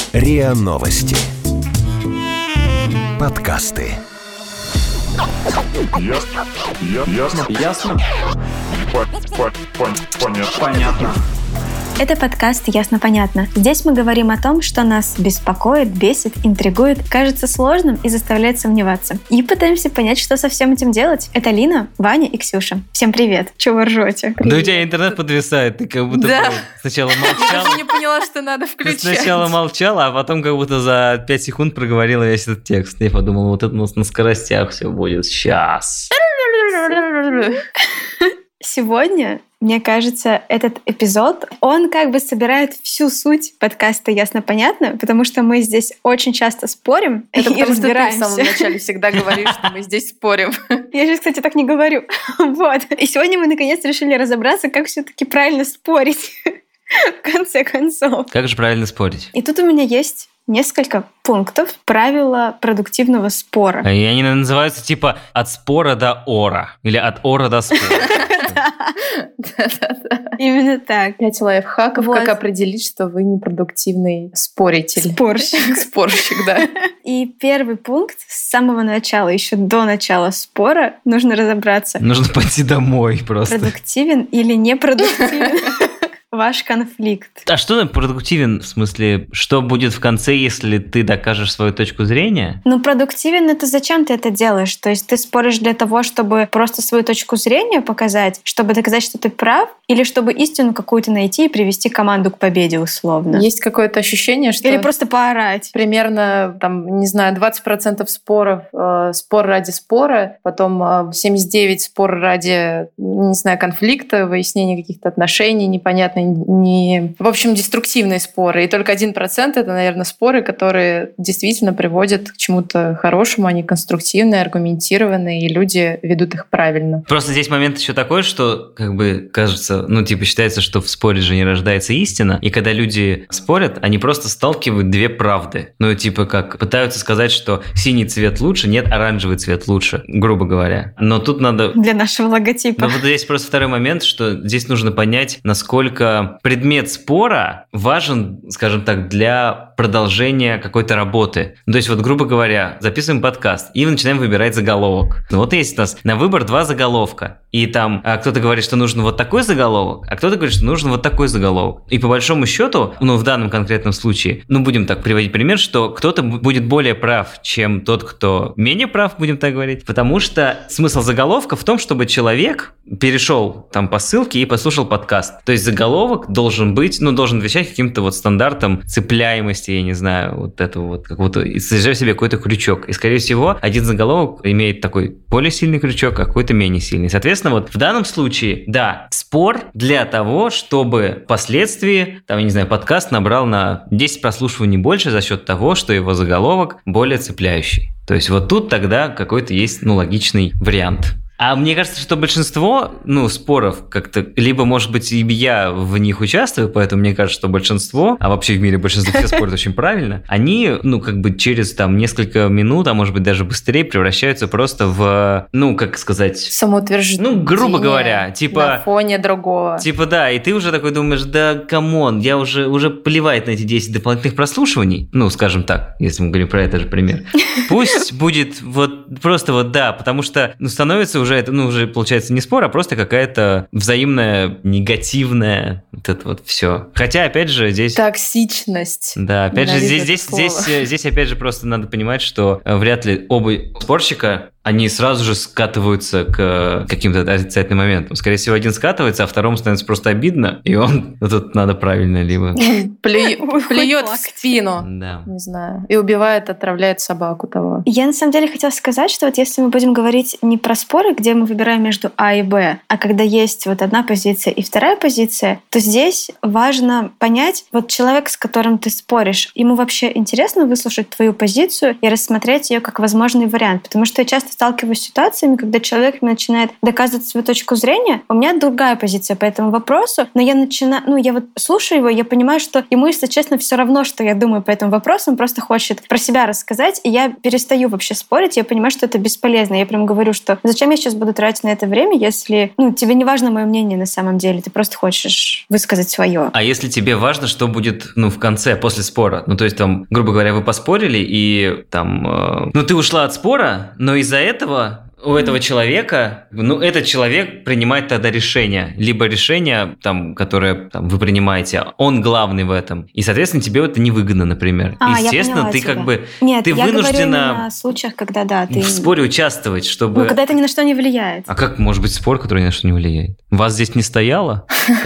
РИА Новости. Подкасты. Ясно. Понятно. Это подкаст «Ясно-понятно». Здесь мы говорим о том, что нас беспокоит, бесит, интригует, кажется сложным и заставляет сомневаться. И пытаемся понять, что со всем этим делать. Это Лина, Ваня и Ксюша. Всем привет. Чего вы ржете? Да у тебя интернет подвисает, ты как будто сначала молчала. Я не поняла, что надо включать. Ты сначала молчала, а потом как будто за 5 секунд проговорила весь этот текст. Я подумал, вот это у нас на скоростях все будет. Сейчас. Сегодня, мне кажется, этот эпизод, он как бы собирает всю суть подкаста «Ясно-понятно», потому что мы здесь очень часто спорим и разбираемся. Что ты в самом начале всегда говоришь, что мы здесь спорим. Я же, кстати, так не говорю. Вот. И сегодня мы наконец решили разобраться, как все-таки правильно спорить в конце концов. Как же правильно спорить? И тут у меня есть несколько пунктов правила продуктивного спора. И они называются типа «от спора до ора» или «от ора до спора». Да. Именно так. 5 лайфхаков, как определить, что вы непродуктивный споритель. Спорщик, да. И первый пункт с самого начала, еще до начала спора, нужно разобраться. Нужно пойти домой просто. Продуктивен или непродуктивен ваш конфликт. А что продуктивен? В смысле, что будет в конце, если ты докажешь свою точку зрения? Ну, продуктивен — это зачем ты это делаешь? То есть ты споришь для того, чтобы просто свою точку зрения показать, чтобы доказать, что ты прав, или чтобы истину какую-то найти и привести команду к победе условно? Есть какое-то ощущение, что... Или просто поорать. Примерно, там, не знаю, 20% споров спор ради спора, потом 79% спор ради, не знаю, конфликта, выяснения каких-то отношений, непонятно. В общем, деструктивные споры. И только 1% это, наверное, споры, которые действительно приводят к чему-то хорошему, они конструктивные, аргументированные, и люди ведут их правильно. Просто здесь момент еще такой, что, как бы, кажется, считается, что в споре же не рождается истина, и когда люди спорят, они просто сталкивают две правды. Как пытаются сказать, что синий цвет лучше, нет, оранжевый цвет лучше, грубо говоря. Но тут надо... Для нашего логотипа. Но вот здесь просто второй момент, что здесь нужно понять, насколько предмет спора важен, скажем так, для продолжения какой-то работы. То есть, грубо говоря, записываем подкаст и начинаем выбирать заголовок. Вот есть у нас на выбор 2 заголовка. И там кто-то говорит, что нужен вот такой заголовок, а кто-то говорит, что нужен вот такой заголовок. И по большому счету, в данном конкретном случае, будем так приводить пример, что кто-то будет более прав, чем тот, кто менее прав, будем так говорить. Потому что смысл заголовка в том, чтобы человек перешел там по ссылке и послушал подкаст. То есть заголовок должен быть, должен отвечать каким-то стандартам цепляемости, я не знаю, какого-то, и содержать в себе какой-то крючок. И, скорее всего, один заголовок имеет такой более сильный крючок, а какой-то менее сильный. Соответственно, в данном случае, да, спор для того, чтобы впоследствии, подкаст набрал на 10 прослушиваний больше за счет того, что его заголовок более цепляющий. То есть тут тогда какой-то есть, логичный вариант. А мне кажется, что большинство, споров как-то, либо, может быть, и я в них участвую, поэтому мне кажется, что большинство, а вообще в мире большинство все спорят очень правильно, они, через несколько минут, а может быть даже быстрее, превращаются просто в, самоутверждение. Грубо говоря, на фоне другого. Да, и ты уже такой думаешь, да, камон, я уже плевать на эти 10 дополнительных прослушиваний, скажем так, если мы говорим про этот же пример. Пусть будет потому что, становится уже это, уже получается не спор, а просто какая-то взаимная, негативная, все. Хотя, опять же, здесь... Токсичность. Да, опять же, здесь опять же, просто надо понимать, что вряд ли оба спорщика, они сразу же скатываются к каким-то отрицательным моментам. Скорее всего, один скатывается, а второму становится просто обидно, и он... тут надо правильно либо... Плюет в спину. Да. Не знаю. И убивает, отравляет собаку того. Я на самом деле хотела сказать, что если мы будем говорить не про споры, где мы выбираем между А и Б, а когда есть одна позиция и вторая позиция, то здесь важно понять, человек, с которым ты споришь, ему вообще интересно выслушать твою позицию и рассмотреть ее как возможный вариант. Потому что я часто часто сталкиваюсь с ситуациями, когда человек начинает доказывать свою точку зрения. У меня другая позиция по этому вопросу, но я я вот слушаю его, я понимаю, что ему, если честно, все равно, что я думаю по этому вопросу, он просто хочет про себя рассказать, и я перестаю вообще спорить, я понимаю, что это бесполезно. Я прям говорю, что зачем я сейчас буду тратить на это время, если тебе не важно мое мнение на самом деле, ты просто хочешь высказать свое. А если тебе важно, что будет в конце, после спора? То есть там, грубо говоря, вы поспорили, и там, ты ушла от спора, но из-за этого у этого человека, этот человек принимает тогда решение. Либо решение, которое вы принимаете, он главный в этом. И, соответственно, тебе это невыгодно, например. Естественно, ты тебя. Нет, ты вынуждена говорю именно в случаях, когда, ты... в споре участвовать, чтобы... когда это ни на что не влияет. А как может быть спор, который ни на что не влияет? Вас здесь не стояло?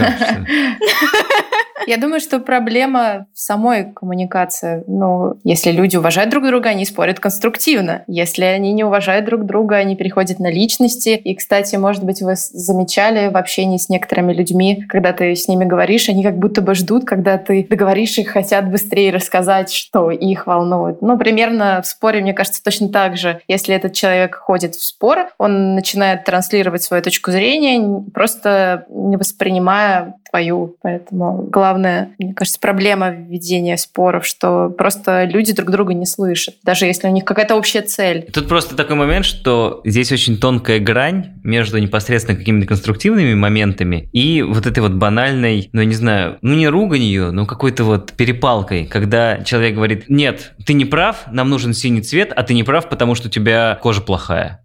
Я думаю, что проблема в самой коммуникации. Если люди уважают друг друга, они спорят конструктивно. Если они не уважают друг друга, они переходят на личности. И, кстати, может быть, вы замечали в общении с некоторыми людьми, когда ты с ними говоришь, они как будто бы ждут, когда ты договоришь, и хотят быстрее рассказать, что их волнует. Примерно в споре, мне кажется, точно так же. Если этот человек ходит в спор, он начинает транслировать свою точку зрения, просто не воспринимая твою. Поэтому главная, мне кажется, проблема ведения споров, что просто люди друг друга не слышат, даже если у них какая-то общая цель. Тут просто такой момент, что здесь очень тонкая грань между непосредственно какими-то конструктивными моментами и вот этой вот банальной, не руганью, но какой-то перепалкой, когда человек говорит: нет, ты не прав, нам нужен синий цвет, а ты не прав, потому что у тебя кожа плохая.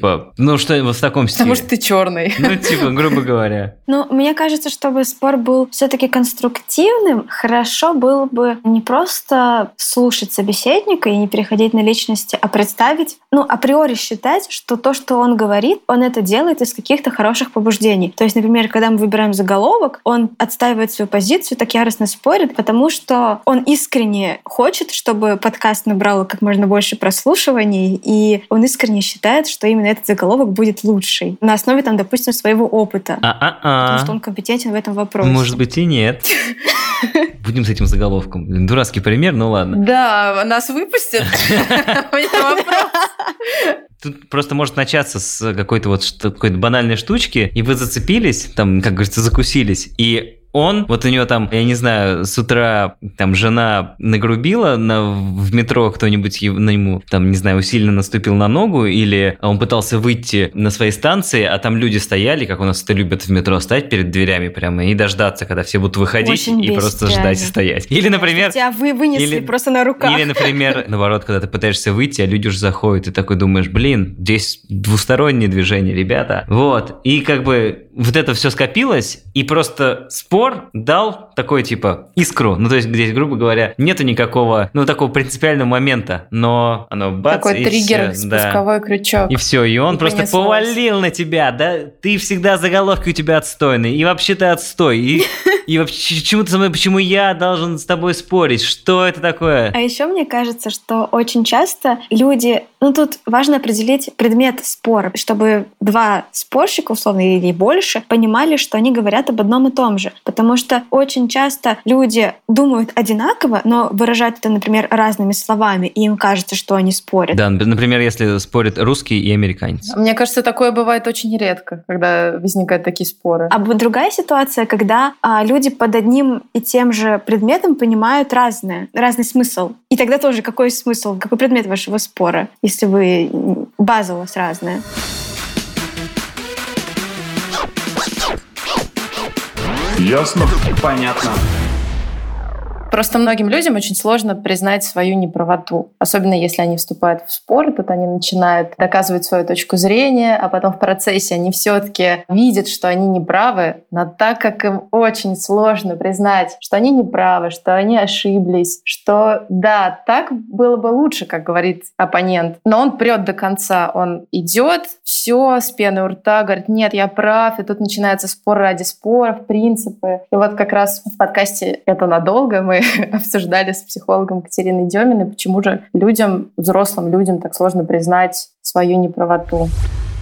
Что в таком стиле. Потому что ты черный. Грубо говоря. Мне кажется, чтобы спор был все-таки конструктивным, хорошо было бы не просто слушать собеседника и не переходить на личности, а представить, априори считать, что то, что он говорит, он это делает из каких-то хороших побуждений. То есть, например, когда мы выбираем заголовок, он отстаивает свою позицию, так яростно спорит, потому что он искренне хочет, чтобы подкаст набрал как можно больше прослушиваний, и он искренне считает, что именно этот заголовок будет лучший. На основе, допустим, своего опыта. Потому что он компетентен в этом вопросе. Может быть и нет. Будем с этим заголовком. Дурацкий пример, но ладно. Да, нас выпустят. У меня вопрос. Тут просто может начаться с какой-то банальной штучки, и вы зацепились, как говорится, закусились, и он, у нее я не знаю, с утра жена нагрубила, в метро кто-нибудь ему, не знаю, усиленно наступил на ногу, или он пытался выйти на своей станции, а там люди стояли, как у нас это любят в метро, стоять перед дверями прямо и дождаться, когда все будут выходить, очень и бесит, просто ждать и стоять. Или, например... Тебя вынесли просто на руках. Или, например, наоборот, когда ты пытаешься выйти, а люди уже заходят, и такой думаешь: здесь двустороннее движение, ребята. И это все скопилось, и просто спор дал такой искру. То есть здесь, грубо говоря, нету никакого, такого принципиального момента, но оно бац, такой и триггер, все, спусковой крючок. И все, и он просто повалил на тебя, да? Ты всегда заголовки у тебя отстойные, и вообще ты отстой, и вообще почему я должен с тобой спорить? Что это такое? А еще мне кажется, что очень часто люди... тут важно определить предмет спора, чтобы два спорщика, условно, или больше, понимали, что они говорят об одном и том же. Потому что очень часто люди думают одинаково, но выражают это, например, разными словами, и им кажется, что они спорят. Да, например, если спорят русский и американец. Мне кажется, такое бывает очень редко, когда возникают такие споры. А другая ситуация, когда люди под одним и тем же предметом понимают разный смысл. И тогда тоже какой смысл, какой предмет вашего спора, если база у вас разная? Ясно? Понятно. Просто многим людям очень сложно признать свою неправоту. Особенно если они вступают в спор, тут они начинают доказывать свою точку зрения, а потом в процессе они все-таки видят, что они неправы. Но так как им очень сложно признать, что они неправы, что они ошиблись, что да, так было бы лучше, как говорит оппонент. Но он прет до конца, он идет, все с пеной у рта, говорит: нет, я прав, и тут начинается спор ради споров, принципы. И как раз в подкасте «Это надолго» мы обсуждали с психологом Катериной Деминой, почему же взрослым людям так сложно признать свою неправоту.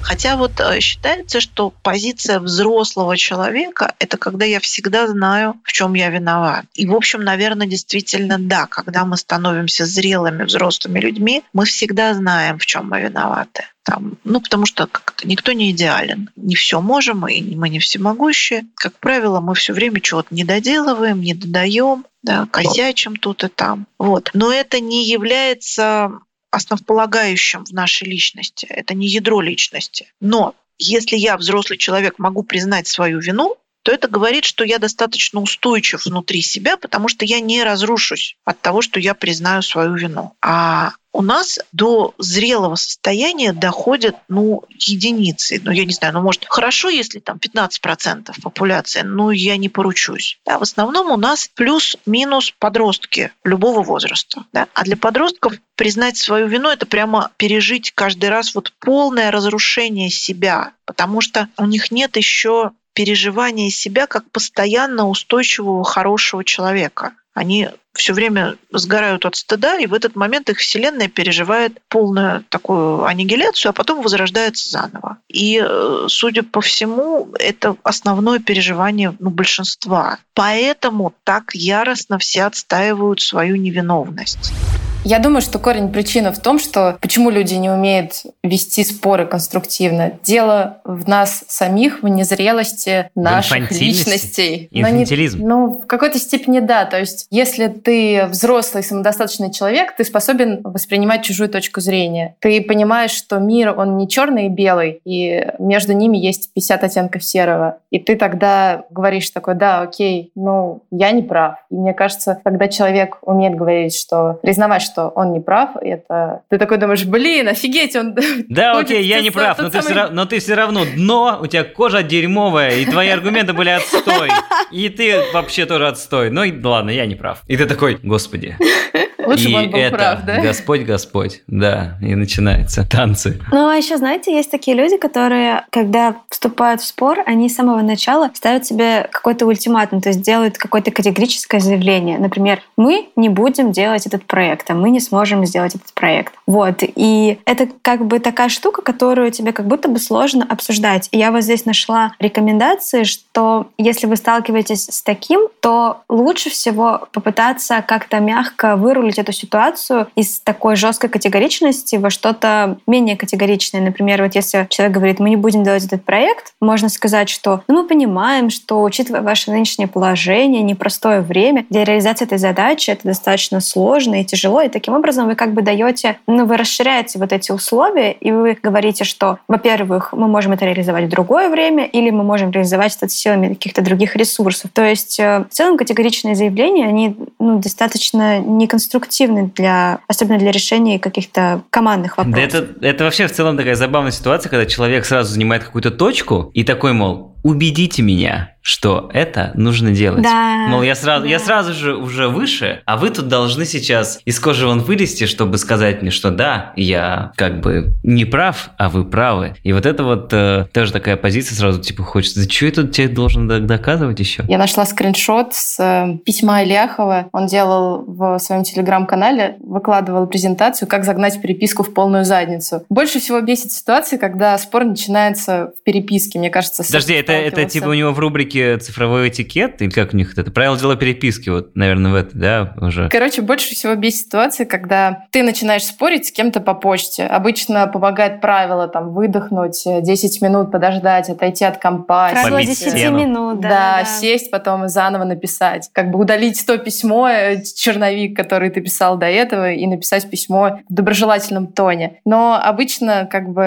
Хотя вот считается, что позиция взрослого человека – это когда я всегда знаю, в чем я виноват. И, в общем, наверное, действительно, да, когда мы становимся зрелыми взрослыми людьми, мы всегда знаем, в чем мы виноваты. Потому что как-то никто не идеален. Не все можем, и мы не всемогущие. Как правило, мы все время чего-то не доделываем, не додаем, да, косячим тут и там. Вот. Но это не является основополагающим в нашей личности. Это не ядро личности. Но если я, взрослый человек, могу признать свою вину, то это говорит, что я достаточно устойчив внутри себя, потому что я не разрушусь от того, что я признаю свою вину. А у нас до зрелого состояния доходят, единицы. Я не знаю, может, хорошо, если там 15% популяции, я не поручусь. Да, в основном у нас плюс-минус подростки любого возраста. Да? А для подростков признать свою вину – это прямо пережить каждый раз полное разрушение себя, потому что у них нет еще переживания себя как постоянно устойчивого, хорошего человека. Они все время сгорают от стыда, и в этот момент их вселенная переживает полную такую аннигиляцию, а потом возрождается заново. И, судя по всему, это основное переживание большинства. Поэтому так яростно все отстаивают свою невиновность. Я думаю, что корень причины в том, что почему люди не умеют вести споры конструктивно. Дело в нас самих, в незрелости наших личностей. Инфантилизм. В какой-то степени да. То есть, если ты взрослый, самодостаточный человек, ты способен воспринимать чужую точку зрения. Ты понимаешь, что мир, он не черный и белый, и между ними есть 50 оттенков серого. И ты тогда говоришь такой: да, окей, я не прав. И мне кажется, когда человек умеет говорить, признавать, что он не прав, это ты такой думаешь: офигеть, он... Да, окей, я не прав, но ты все равно дно, у тебя кожа дерьмовая, и твои аргументы были отстой, и ты вообще тоже отстой. Ладно, я не прав. И ты такой: Господи. Лучше бы он был прав, да? Господь, да, и начинаются танцы. А еще, знаете, есть такие люди, которые, когда вступают в спор, они с самого начала ставят себе какой-то ультиматум, то есть делают какое-то категорическое заявление. Например, мы не будем делать этот проект, а мы не сможем сделать этот проект. Вот. И это как бы такая штука, которую тебе как будто бы сложно обсуждать. И я вот здесь нашла рекомендации, что если вы сталкиваетесь с таким, то лучше всего попытаться как-то мягко вырулить эту ситуацию из такой жесткой категоричности во что-то менее категоричное. Например, вот если человек говорит: мы не будем делать этот проект, можно сказать, что мы понимаем, что, учитывая ваше нынешнее положение, непростое время, для реализации этой задачи это достаточно сложно и тяжело, и таким образом вы как бы даете, вы расширяете вот эти условия, и вы говорите, что, во-первых, мы можем это реализовать в другое время, или мы можем реализовать это силами каких-то других ресурсов. То есть в целом категоричные заявления, они достаточно неконструктивны, особенно для решения каких-то командных вопросов. Да это вообще в целом такая забавная ситуация, когда человек сразу занимает какую-то точку и такой, мол, убедите меня, что это нужно делать. Да. Мол, я сразу же уже выше, а вы тут должны сейчас из кожи вон вылезти, чтобы сказать мне, что да, я как бы не прав, а вы правы. И вот это вот тоже такая позиция сразу хочется: да что я тут тебе должен доказывать еще? Я нашла скриншот с письма Ильяхова. Он делал в своем телеграм-канале, выкладывал презентацию, как загнать переписку в полную задницу. Больше всего бесит ситуация, когда спор начинается в переписке, мне кажется. Подожди, это типа у него в рубрике цифровой этикет, или как у них это? Правила дела переписки, вот, наверное, в это, да, уже. Короче, больше всего бесит ситуация, когда ты начинаешь спорить с кем-то по почте. Обычно помогает правило выдохнуть, 10 минут подождать, отойти от компа. Правило 10 минут, да. Сесть, потом заново написать. Как бы удалить то письмо, черновик, который ты писал до этого, и написать письмо в доброжелательном тоне. Но обычно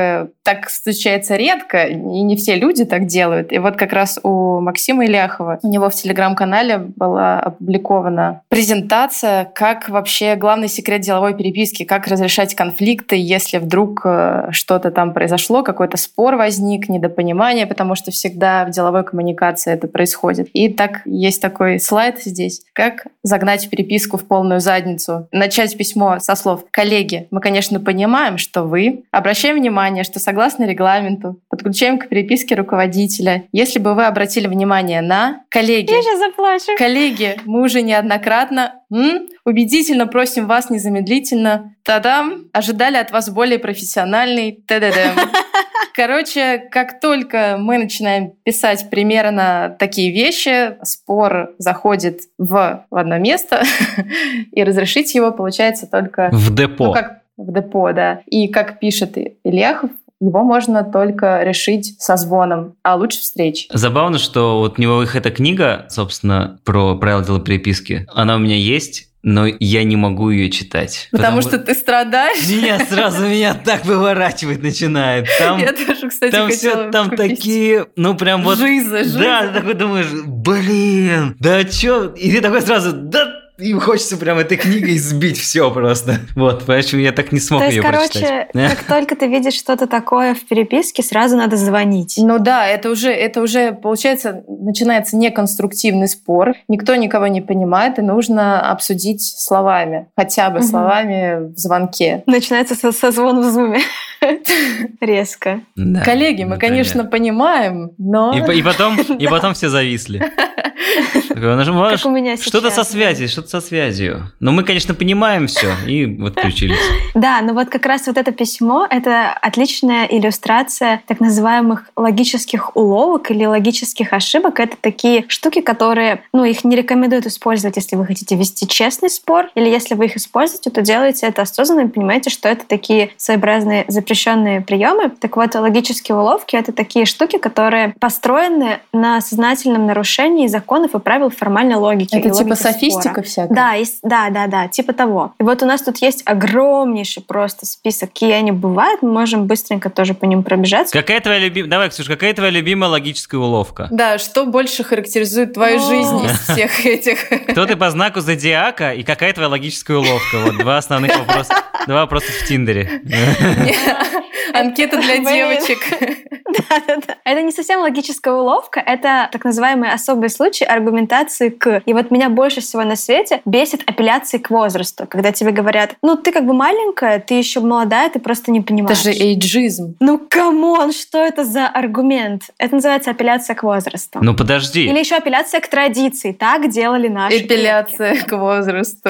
так случается редко, и не все люди так делают. И вот как раз у Максима Ильяхова, у него в телеграм-канале была опубликована презентация, как вообще главный секрет деловой переписки, как разрешать конфликты, если вдруг что-то там произошло, какой-то спор возник, недопонимание, потому что всегда в деловой коммуникации это происходит. И так есть такой слайд здесь, как загнать переписку в полную задницу. Начать письмо со слов: коллеги, мы, конечно, понимаем, что вы. Обращаем внимание, что согласно регламенту подключаем к переписке руководителя. Если бы вы обратили внимание на коллеги. Я сейчас заплачу. Коллеги, мы уже неоднократно убедительно просим вас незамедлительно ожидали от вас более профессиональный Короче, как только мы начинаем писать примерно такие вещи, спор заходит в одно место, и разрешить его получается только... В депо. Ну, как в депо, да. И как пишет Ильяхов, его можно только решить созвоном, а лучше встреч. Забавно, что вот у него эта книга, собственно, про правила дела переписки, она у меня есть, но я не могу ее читать. Потому что ты страдаешь? Меня так выворачивать начинает. Там, я тоже, кстати, там хотела все, там купить. Такие, ну прям вот... Жиза. Да, ты такой думаешь, блин, да чё? И ты такой сразу, да... Им хочется прям этой книгой сбить все просто. Вот, поэтому я так не смог ее прочитать. То есть, короче, как только ты видишь что-то такое в переписке, сразу надо звонить. Ну да, это уже получается, начинается неконструктивный спор. Никто никого не понимает, и нужно обсудить словами. Хотя бы словами в звонке. Начинается созвон в зуме. Резко. Да, коллеги, мы, конечно, понимаем, но... И потом все зависли. Как у меня сейчас. Что-то со связью. Но мы, конечно, понимаем все и вот включились. Да, но вот как раз вот это письмо — это отличная иллюстрация так называемых логических уловок или логических ошибок. Это такие штуки, которые, их не рекомендуют использовать, если вы хотите вести честный спор, или если вы их используете, то делайте это осознанно и понимаете, что это такие своеобразные запрещенные приемы. Так вот, логические уловки — это такие штуки, которые построены на сознательном нарушении законов и правил формальной логики. Это типа софистика всякая? Да, типа того. И вот у нас тут есть огромнейший просто список, какие они бывают. Мы можем быстренько тоже по ним пробежаться. Давай, Ксюш, какая твоя любимая логическая уловка? Да, что больше характеризует твою жизнь из всех этих? Кто ты по знаку зодиака и какая твоя логическая уловка? Вот два основных вопроса. Два вопроса в Тиндере. Анкета для девочек. Да. Это не совсем логическая уловка, это так называемый особый случай аргументации к. И вот меня больше всего на свете бесит апелляции к возрасту, когда тебе говорят, ты как бы маленькая, ты еще молодая, ты просто не понимаешь. Это же эйджизм. Камон, что это за аргумент? Это называется апелляция к возрасту. Подожди. Или еще апелляция к традиции. Так делали наши апелляция предки. К возрасту.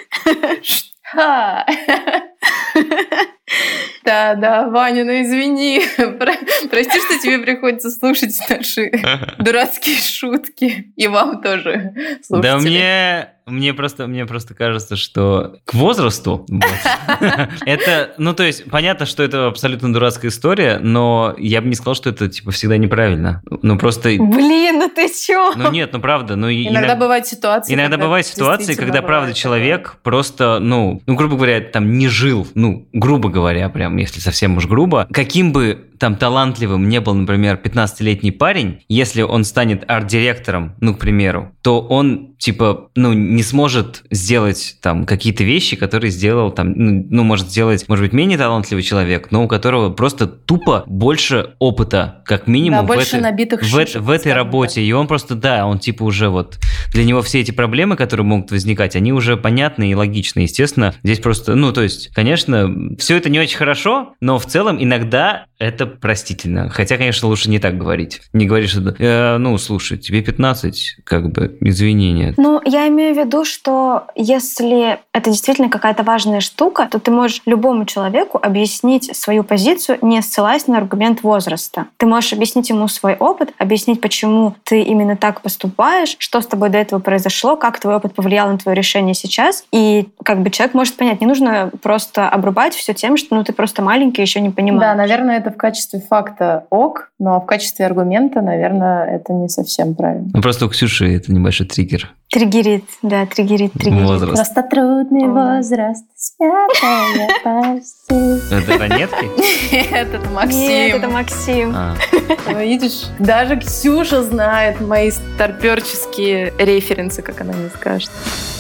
Да, Ваня, извини. Прости, что тебе приходится слушать наши дурацкие шутки. И вам тоже, слушатели. Да мне просто кажется, что к возрасту это, то есть понятно, что это абсолютно дурацкая история, но я бы не сказал, что это всегда неправильно. Просто... Блин, ты чё? Нет, правда. Иногда бывают ситуации. Иногда бывают ситуации, когда правда человек просто, грубо говоря, там не жил, грубо говоря, прям, если совсем уж грубо, каким бы там талантливым не был, например, 15-летний парень, если он станет арт-директором, к примеру, то он, не сможет сделать там какие-то вещи, которые сделал там, может сделать, может быть, менее талантливый человек, но у которого просто тупо больше опыта, как минимум, больше набитых шишек, в этой работе. Так. И он просто, он уже вот, для него все эти проблемы, которые могут возникать, они уже понятны и логичны. Естественно, здесь просто, то есть, конечно, все это не очень хорошо, но в целом иногда это простительно. Хотя, конечно, лучше не так говорить. Не говорить, что, слушай, тебе 15, извинения. Я имею в виду, что если это действительно какая-то важная штука, то ты можешь любому человеку объяснить свою позицию, не ссылаясь на аргумент возраста. Ты можешь объяснить ему свой опыт, объяснить, почему ты именно так поступаешь, что с тобой до этого произошло, как твой опыт повлиял на твое решение сейчас. И человек может понять, не нужно просто обрубать все тем, что ты просто маленький, еще не понимаешь. Да, наверное, это в качестве факта ок, но в качестве аргумента, наверное, это не совсем правильно. Просто у Ксюши это небольшой триггер. Триггерит. Возраст. Просто трудный возраст, смятая постель. Это ранетки? Нет, это Максим. Нет, это Максим. Видишь, даже Ксюша знает мои старперческие референсы, как она мне скажет.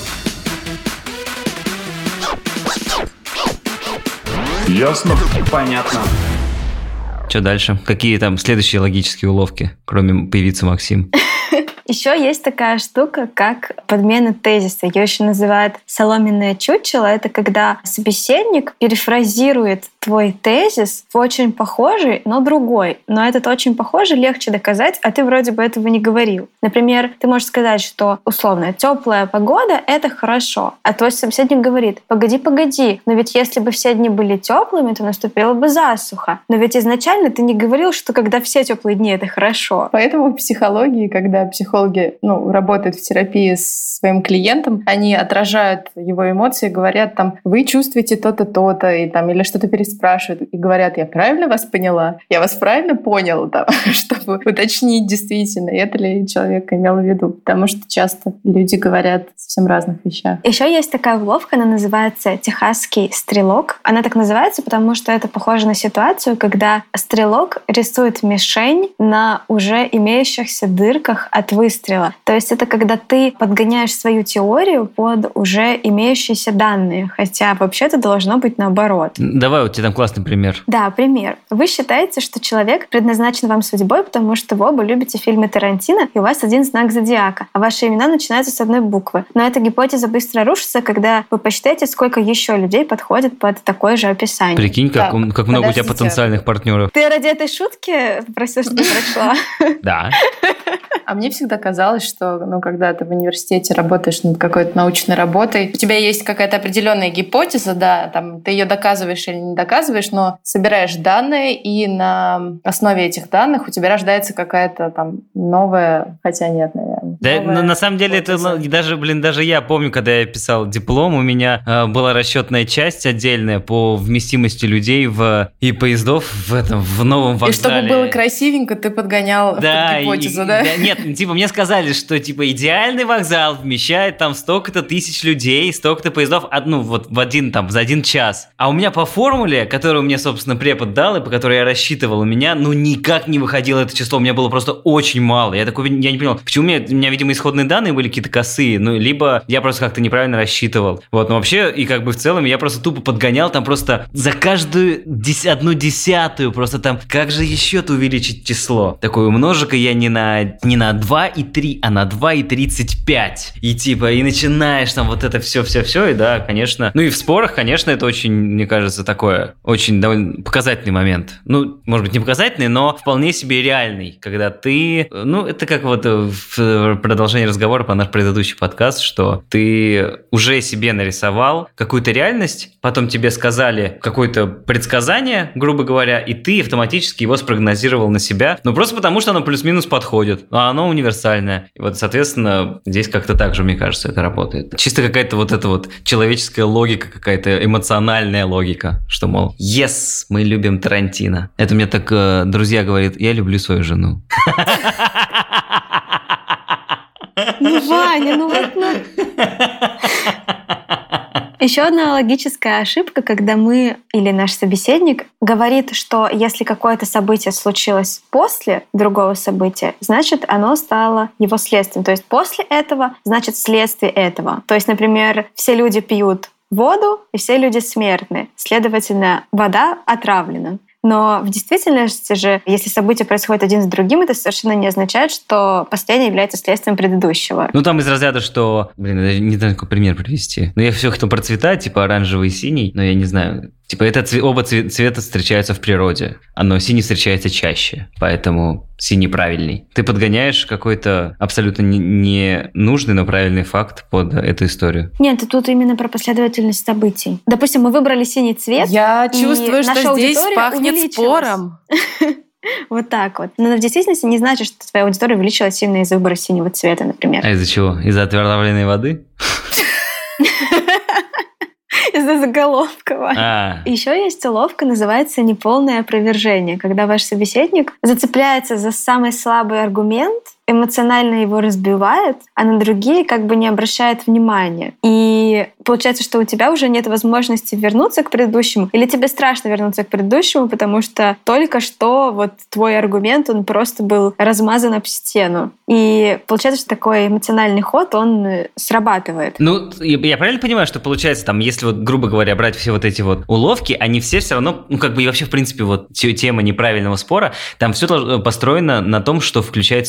Ясно? Понятно. Что дальше? Какие там следующие логические уловки, кроме появиться Максим? Еще есть такая штука, как подмена тезиса. Ее еще называют соломенное чучело. Это когда собеседник перефразирует твой тезис в очень похожий, но другой. Но этот очень похожий легче доказать, а ты вроде бы этого не говорил. Например, ты можешь сказать, что условно теплая погода — это хорошо. А твой собеседник говорит: погоди, но ведь если бы все дни были теплыми, то наступила бы засуха. Но ведь изначально ты не говорил, что когда все теплые дни — это хорошо. Поэтому в психологии, когда психологи работают в терапии с своим клиентом, они отражают его эмоции, говорят там: вы чувствуете то-то, то-то, и там, или что-то переспрашивают, и говорят: я правильно вас поняла? Я вас правильно понял? Там, чтобы уточнить действительно, это ли человек имел в виду. Потому что часто люди говорят совсем разных вещах. Еще есть такая уловка, она называется техасский стрелок. Она так называется, потому что это похоже на ситуацию, когда стрелок рисует мишень на уже имеющихся дырках от выстрела. То есть это когда ты подгоняешь свою теорию под уже имеющиеся данные, хотя вообще-то должно быть наоборот. Давай, у тебя там классный пример. Да, пример. Вы считаете, что человек предназначен вам судьбой, потому что вы оба любите фильмы Тарантино, и у вас один знак зодиака, а ваши имена начинаются с одной буквы. Но эта гипотеза быстро рушится, когда вы посчитаете, сколько еще людей подходит под такое же описание. Прикинь, как много у тебя потенциальных партнеров. Ты ради этой шутки попросил, чтобы прочла? Да. А мне всегда казалось, что когда ты в университете работаешь над какой-то научной работой, у тебя есть какая-то определенная гипотеза, да, там ты ее доказываешь или не доказываешь, но собираешь данные, и на основе этих данных у тебя рождается какая-то там новая, хотя нет, наверное. Да, на самом деле это даже я помню, когда я писал диплом, у меня была расчетная часть отдельная по вместимости людей и поездов в новом вокзале. И чтобы было красивенько, ты подгонял гипотезу, да? Нет, мне сказали, что идеальный вокзал вмещает там столько-то тысяч людей, столько-то поездов, за один час. А у меня по формуле, которую мне, собственно, препод дал, и по которой я рассчитывал, у меня, никак не выходило это число, у меня было просто очень мало. Я не понял, почему у меня, видимо, исходные данные были какие-то косые, либо я просто как-то неправильно рассчитывал. Но вообще, и в целом, я просто тупо подгонял там просто за каждую 1/10, просто там, как же еще-то увеличить число? Такой умножу-ка я не на 2,3, а на 2,35. И начинаешь там вот это все, и да, конечно. И в спорах, конечно, это очень, мне кажется, такое очень довольно показательный момент. Может быть, не показательный, но вполне себе реальный, когда ты, это как в продолжении разговора про наш предыдущий подкаст, что ты уже себе нарисовал какую-то реальность, потом тебе сказали какое-то предсказание, грубо говоря, и ты автоматически его спрогнозировал на себя, просто потому, что оно плюс-минус подходит, а оно универсальное. И соответственно, здесь как-то так же, мне кажется, это работает. Чисто какая-то эта человеческая логика, какая-то эмоциональная логика, что, мол, yes, мы любим Тарантино. Это мне так друзья говорят: я люблю свою жену. Ваня, Еще одна логическая ошибка, когда мы или наш собеседник говорит, что если какое-то событие случилось после другого события, значит, оно стало его следствием. То есть после этого, значит, следствие этого. То есть, например, все люди пьют воду, и все люди смертны. Следовательно, вода отравлена. Но в действительности же, если события происходят один с другим, это совершенно не означает, что последнее является следствием предыдущего. Там из разряда, что... я не знаю, какой пример привести. Я все хотел про цвета, оранжевый и синий, но я не знаю. Оба цвета встречаются в природе, но синий встречается чаще, поэтому синий правильный. Ты подгоняешь какой-то абсолютно не нужный, но правильный факт под эту историю. Нет, тут именно про последовательность событий. Допустим, мы выбрали синий цвет. Я чувствую, что здесь пахнет спором. Вот так вот. Но в действительности не значит, что твоя аудитория увеличилась сильно из-за выбора синего цвета, например. А из-за чего? Из-за отравленной воды? Из-за заголовка. Еще есть уловка, называется неполное опровержение, когда ваш собеседник зацепляется за самый слабый аргумент, эмоционально его разбивает, а на другие не обращает внимания. И получается, что у тебя уже нет возможности вернуться к предыдущему, или тебе страшно вернуться к предыдущему, потому что только что твой аргумент, он просто был размазан об стену. И получается, что такой эмоциональный ход, он срабатывает. Я правильно понимаю, что получается, если грубо говоря, брать все эти уловки, они все равно, и вообще, в принципе, тема неправильного спора, там все построено на том, что включается эмоция.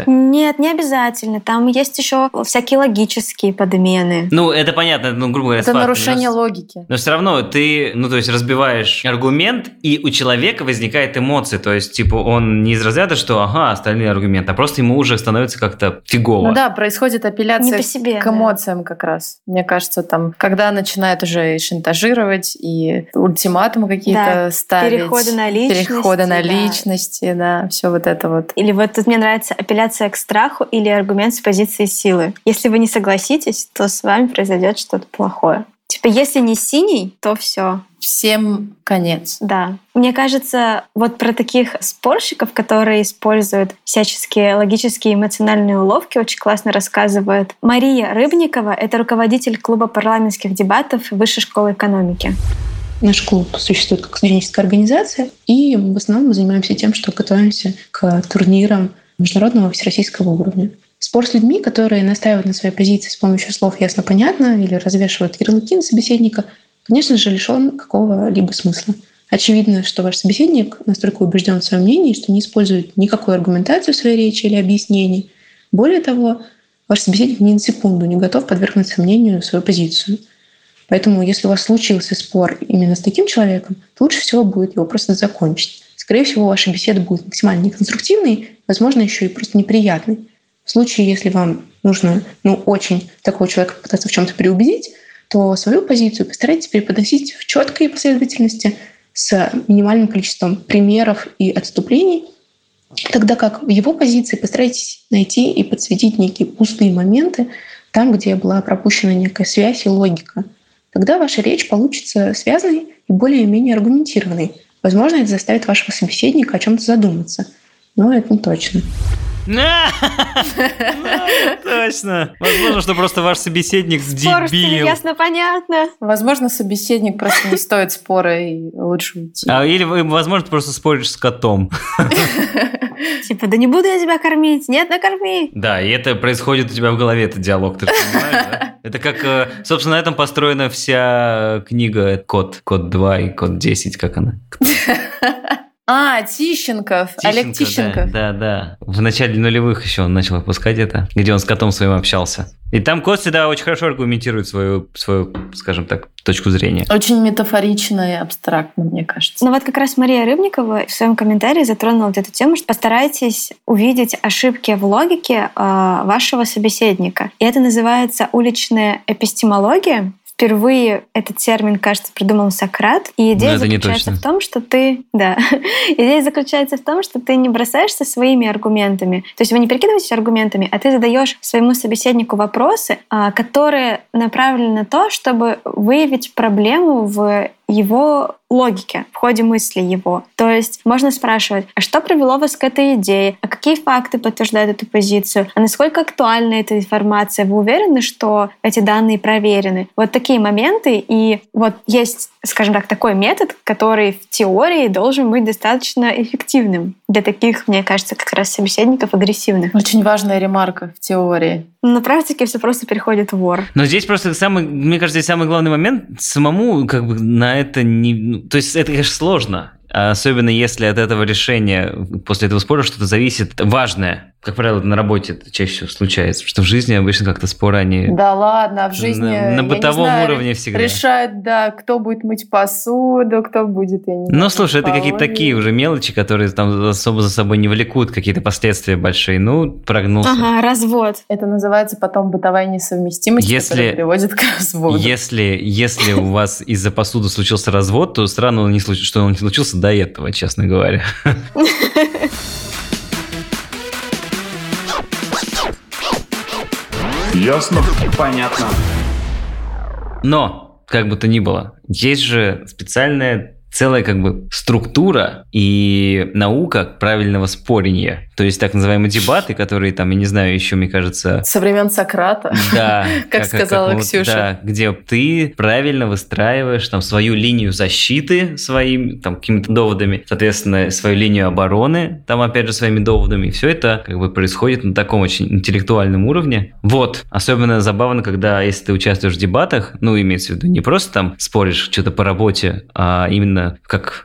Нет, не обязательно. Там есть еще всякие логические подмены. Ну, это понятно, грубо говоря, это нарушение логики. Но все равно ты, то есть разбиваешь аргумент, и у человека возникает эмоции. То есть, типа, он не из разряда, что, остальные аргументы, а просто ему уже становится как-то фигово. Ну да, происходит апелляция не по себе, к эмоциям как раз. Мне кажется, там, когда начинают уже и шантажировать, и ультиматумы какие-то ставить. Переходы на личности, да, все вот это вот. Или вот тут мне нравится апелляция к страху или аргумент с позиции силы. Если вы не согласитесь, то с вами произойдет что-то плохое. Типа, если не синий, то все. Всем конец. Да. Мне кажется, вот про таких спорщиков, которые используют всяческие логические и эмоциональные уловки, очень классно рассказывает Мария Рыбникова. Это руководитель клуба парламентских дебатов Высшей школы экономики. Наш клуб существует как студенческая организация, и в основном мы занимаемся тем, что готовимся к турнирам международного всероссийского уровня. Спор с людьми, которые настаивают на своей позиции с помощью слов «ясно-понятно» или развешивают ярлыки на собеседника, конечно же, лишен какого-либо смысла. Очевидно, что ваш собеседник настолько убежден в своем мнении, что не использует никакую аргументацию в своей речи или объяснений. Более того, ваш собеседник ни на секунду не готов подвергнуть сомнению свою позицию. Поэтому, если у вас случился спор именно с таким человеком, то лучше всего будет его просто закончить. Скорее всего, ваша беседа будет максимально неконструктивной, возможно, еще и просто неприятной. В случае, если вам нужно очень такого человека пытаться в чем-то переубедить, то свою позицию постарайтесь преподносить в четкой последовательности с минимальным количеством примеров и отступлений, тогда как в его позиции постарайтесь найти и подсветить некие пустые моменты там, где была пропущена некая связь и логика. Тогда ваша речь получится связанной и более-менее аргументированной. Возможно, это заставит вашего собеседника о чем-то задуматься, но это не точно. Точно. Возможно, что просто ваш собеседник дебил. Ясно-понятно. Возможно, собеседник просто не стоит спора и лучше уйти. Или, возможно, ты просто споришь с котом. Типа, да не буду я тебя кормить. Нет, накорми. Да, и это происходит у тебя в голове, этот диалог, ты понимаешь, да? Это как, собственно, на этом построена вся книга «Код 2» и «Код 10», как она? Тищенков. Олег Тищенков. Да. В начале нулевых еще он начал выпускать это, где он с котом своим общался. И там кот всегда очень хорошо аргументирует свою, скажем так, точку зрения. Очень метафорично и абстрактно, мне кажется. Но вот как раз Мария Рыбникова в своем комментарии затронула вот эту тему, что постарайтесь увидеть ошибки в логике вашего собеседника. И это называется уличная эпистемология. Впервые этот термин, кажется, придумал Сократ. И идея заключается в том, что идея заключается в том, что ты не бросаешься своими аргументами. То есть вы не перекидываетесь аргументами, а ты задаешь своему собеседнику вопросы, которые направлены на то, чтобы выявить проблему в его логике, в ходе мысли его. То есть можно спрашивать, а что привело вас к этой идее? А какие факты подтверждают эту позицию? А насколько актуальна эта информация? Вы уверены, что эти данные проверены? Вот такие моменты. И вот есть, скажем так, такой метод, который в теории должен быть достаточно эффективным для таких, мне кажется, как раз собеседников агрессивных. Очень важная ремарка в теории. На практике все просто переходит в вор. Но здесь просто мне кажется, здесь самый главный момент самому на это не... То есть это, конечно, сложно. Особенно если от этого решения, после этого спора, что-то зависит важное. Как правило, на работе это чаще всего случается, что в жизни обычно как-то споры, они... Да ладно, в жизни... На бытовом уровне всегда. Решают, кто будет мыть посуду, кто будет, я не знаю... Ну, слушай, это какие-то такие уже мелочи, которые там особо за собой не влекут, какие-то последствия большие. Прогнулся. Ага, развод. Это называется потом бытовая несовместимость, которая приводит к разводу. Если у вас из-за посуды случился развод, то странно, что он не случился до этого, честно говоря. Ясно? Понятно. Но, как бы то ни было, есть же специальная целая структура и наука правильного спорения. То есть так называемые дебаты, которые там, я не знаю, еще, мне кажется... Со времен Сократа. Да. Как сказала Ксюша. Да, где ты правильно выстраиваешь там свою линию защиты своими там какими-то доводами, соответственно, свою линию обороны, там опять же своими доводами. И все это происходит на таком очень интеллектуальном уровне. Вот. Особенно забавно, когда если ты участвуешь в дебатах, имеется в виду не просто там споришь что-то по работе, а именно как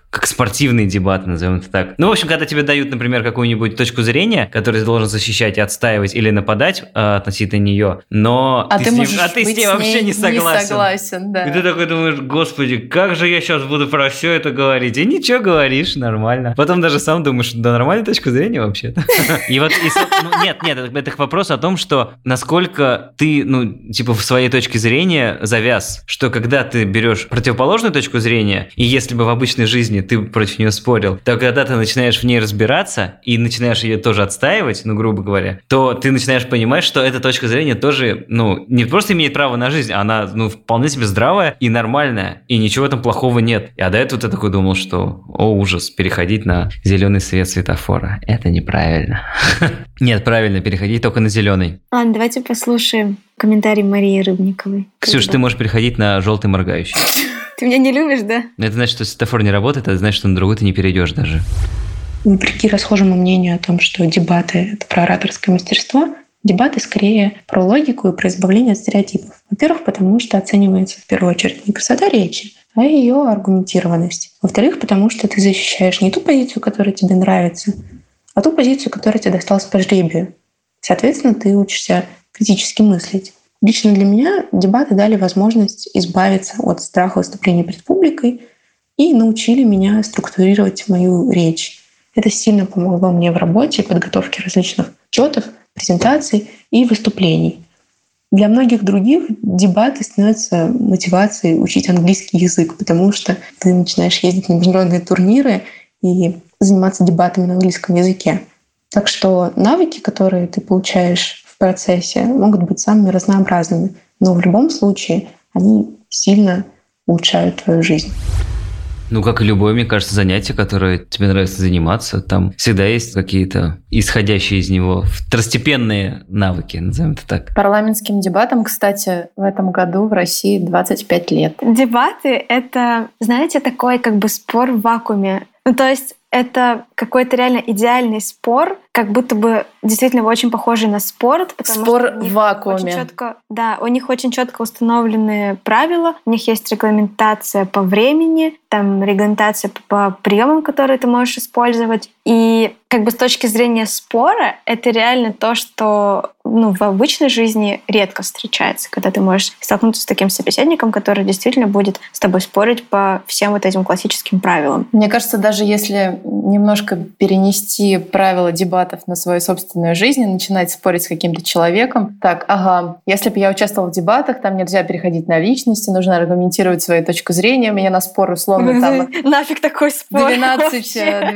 как спортивные дебаты, назовем это так. Ну, в общем, когда тебе дают, например, какую-нибудь точку зрения, которую ты должен защищать и отстаивать или нападать относительно нее, но ты с ней вообще не согласен. Не согласен, да. И ты такой думаешь, господи, как же я сейчас буду про все это говорить? И ничего, говоришь, нормально. Потом даже сам думаешь, да нормальная точка зрения вообще-то. И вот, нет, это вопрос о том, что насколько ты, в своей точке зрения завяз, что когда ты берешь противоположную точку зрения, и если бы в обычной жизни ты против нее спорил, то когда ты начинаешь в ней разбираться и начинаешь ее тоже отстаивать, грубо говоря, то ты начинаешь понимать, что эта точка зрения тоже, не просто имеет право на жизнь, она, вполне себе здравая и нормальная, и ничего в этом плохого нет. А до этого ты такой думал, что, ужас, переходить на зеленый свет светофора. Это неправильно. Нет, правильно, переходить только на зеленый. Ладно, давайте послушаем комментарий Марии Рыбниковой. Ксюш, ты можешь переходить на желтый моргающий. Ты меня не любишь, да? Это значит, что светофор не работает, это значит, что на другой ты не перейдешь даже. Вопреки расхожему мнению о том, что дебаты — это про ораторское мастерство, дебаты скорее про логику и про избавление от стереотипов. Во-первых, потому что оценивается в первую очередь не красота речи, а ее аргументированность. Во-вторых, потому что ты защищаешь не ту позицию, которая тебе нравится, а ту позицию, которая тебе досталась по жребию. Соответственно, ты учишься критически мыслить. Лично для меня дебаты дали возможность избавиться от страха выступления перед публикой и научили меня структурировать мою речь. Это сильно помогло мне в работе и подготовке различных отчетов, презентаций и выступлений. Для многих других дебаты становятся мотивацией учить английский язык, потому что ты начинаешь ездить на международные турниры и заниматься дебатами на английском языке. Так что навыки, которые ты получаешь в процессе, могут быть самыми разнообразными, но в любом случае они сильно улучшают твою жизнь. Как и любое, мне кажется, занятие, которое тебе нравится заниматься, там всегда есть какие-то исходящие из него второстепенные навыки, назовем это так. Парламентским дебатам, кстати, в этом году в России 25 лет. Дебаты — это, знаете, такой спор в вакууме. То есть это какой-то реально идеальный спор, как будто бы действительно очень похожий на спорт. Спор в вакууме. У них очень четко установлены правила, у них есть регламентация по времени, там регламентация по приемам, которые ты можешь использовать. И с точки зрения спора, это реально то, что в обычной жизни редко встречается, когда ты можешь столкнуться с таким собеседником, который действительно будет с тобой спорить по всем вот этим классическим правилам. Мне кажется, даже если немножко перенести правила дебатов на свою собственную жизнь и начинать спорить с каким-то человеком, если бы я участвовала в дебатах, там нельзя переходить на личности, нужно аргументировать свою точку зрения, меня на спор условно там... Нафиг такой спор 12,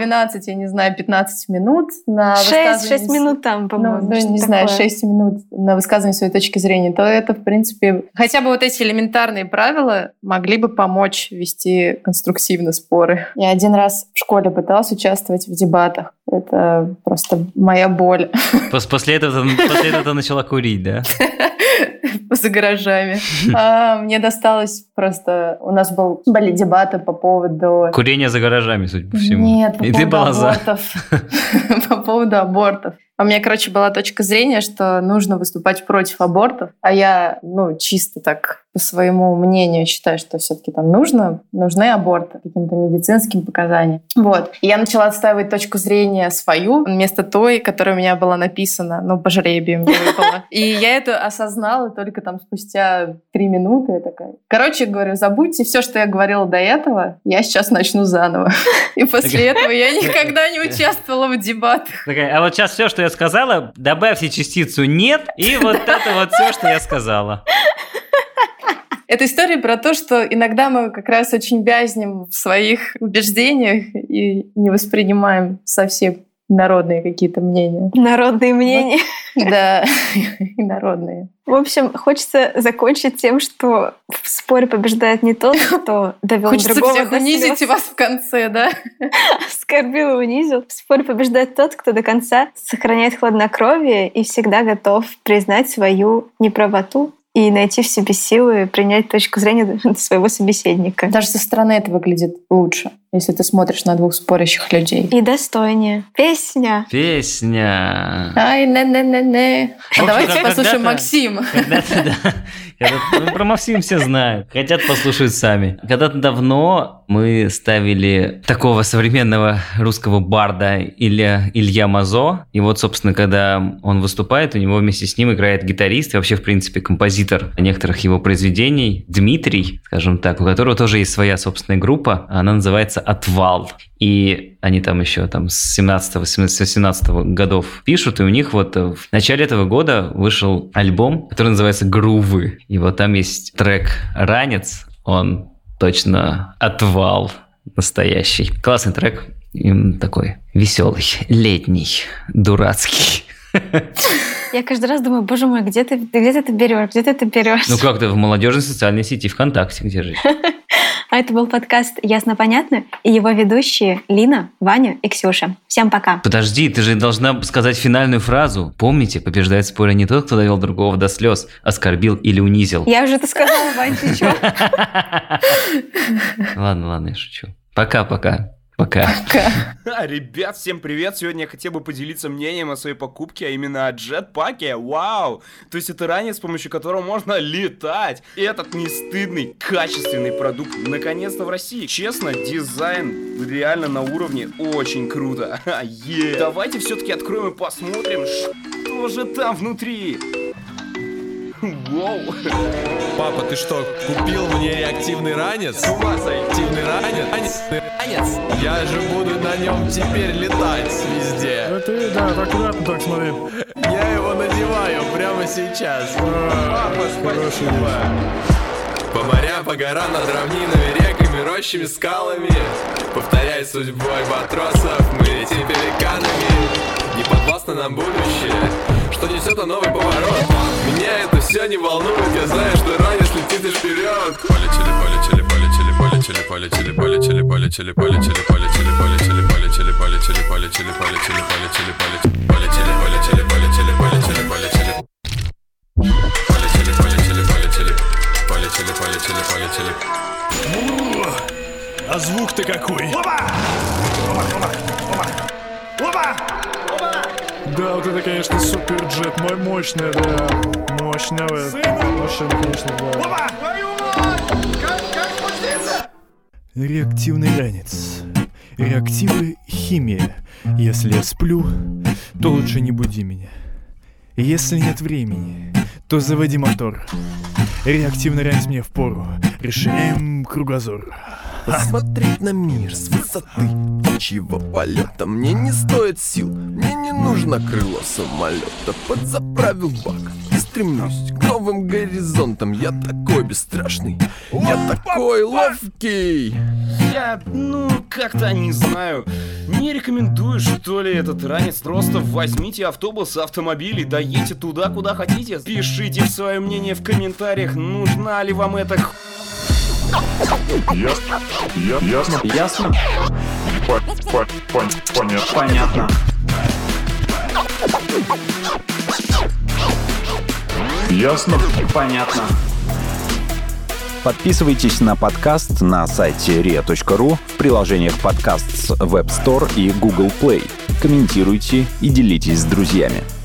я не знаю, 15 минут на 6 минут там, по-моему. Не знаю, 6 минут на высказывание своей точки зрения, то это, в принципе, хотя бы вот эти элементарные правила могли бы помочь вести конструктивно споры. Я один раз в школе пыталась участвовать в дебатах. Это просто моя боль. После этого ты начала курить, да? За гаражами. Мне досталось просто... У нас были дебаты по поводу... Курение за гаражами, судя по всему. Нет, по поводу абортов. По поводу абортов. У меня, была точка зрения, что нужно выступать против абортов, а я, чисто так по своему мнению считаю, что все-таки там нужны аборты каким-то медицинским показаниям. И я начала отстаивать точку зрения свою вместо той, которая у меня была написана, по жребию мне выпала. И я это осознала только там спустя 3 минуты. Я такая, говорю, забудьте все, что я говорила до этого, я сейчас начну заново. И после этого я никогда не участвовала в дебатах. А вот сейчас все, что я сказала, добавьте частицу «нет», и вот это вот все, что я сказала. Это история про то, что иногда мы как раз очень вязнем в своих убеждениях и не воспринимаем совсем народные какие-то мнения. Народные мнения. Да, и народные. В общем, хочется закончить тем, что в споре побеждает не тот, кто довел другого до слез. Хочется всех унизить и вас в конце, да? Оскорбил и унизил. В споре побеждает тот, кто до конца сохраняет хладнокровие и всегда готов признать свою неправоту и найти в себе силы принять точку зрения своего собеседника. Даже со стороны это выглядит лучше. если ты смотришь на двух спорящих людей. И достойнее. Песня. Ай, не-не-не-не. Давайте послушаем Максима. Про Максима все знают. Хотят послушать сами. Когда-то давно мы ставили такого современного русского барда Илья Мазо. И вот, собственно, когда он выступает, у него вместе с ним играет гитарист и вообще, в принципе, композитор некоторых его произведений, Дмитрий, скажем так, у которого тоже есть своя собственная группа. Она называется «Отвал». И они там еще с 17-18 годов пишут, и у них вот в начале этого года вышел альбом, который называется «Грувы». И вот там есть трек «Ранец», он точно отвал настоящий. Классный трек, такой веселый, летний, дурацкий. Я каждый раз думаю, боже мой, где ты это берешь? Ну как ты в молодежной социальной сети ВКонтакте, где же? А это был подкаст «Ясно-понятно» и его ведущие Лина, Ваня и Ксюша. Всем пока. Подожди, ты же должна сказать финальную фразу. Помните, побеждает в споре не тот, кто довел другого до слез, оскорбил или унизил. Я уже это сказала, Вань, ты чё? Ладно, я шучу. Пока. Ребят, всем привет! Сегодня я хотел бы поделиться мнением о своей покупке, а именно о джетпаке. Вау! То есть это ранец, с помощью которого можно летать. И этот не стыдный, качественный продукт наконец-то в России. Честно, дизайн реально на уровне, очень круто. Давайте все-таки откроем и посмотрим, что же там внутри. Воу. Папа, ты что, купил мне реактивный ранец? С ума сойти. Реактивный ранец? Я же буду на нем теперь летать везде. Ты, да, аккуратно так смотри. Я его надеваю прямо сейчас. Папа, спасибо. По морям, по горам, над равнинами, реками, рощами, скалами. Повторяй судьбой матросов, мы летим пеликанами. Не подвластно нам будущее, что несет на новый поворот. Меня это все не волнует, я знаю, что ранец летит и вперед. Полетели. А звук-то какой? Да, вот это, конечно, суперджет, мощная, да, мощная машина, конечно, да. Реактивный ранец. Реактивы — химия. Если я сплю, то лучше не буди меня. Если нет времени, то заводи мотор. Реактивный ранец мне впору. Расширяем кругозор. Посмотреть на мир с высоты птичьего полета мне не стоит сил, мне не нужно крыло самолета. Подзаправил бак и стремлюсь к новым горизонтам. Я такой бесстрашный, я такой ловкий. Я, как-то не знаю. Не рекомендую, что ли, этот ранец. Просто возьмите автобус, автомобиль и доедьте туда, куда хотите. Пишите свое мнение в комментариях, нужна ли вам эта Ясно. Понятно. Ясно. Понятно. Подписывайтесь на подкаст на сайте ria.ru, в приложениях подкаст с Web Store и Google Play. Комментируйте и делитесь с друзьями.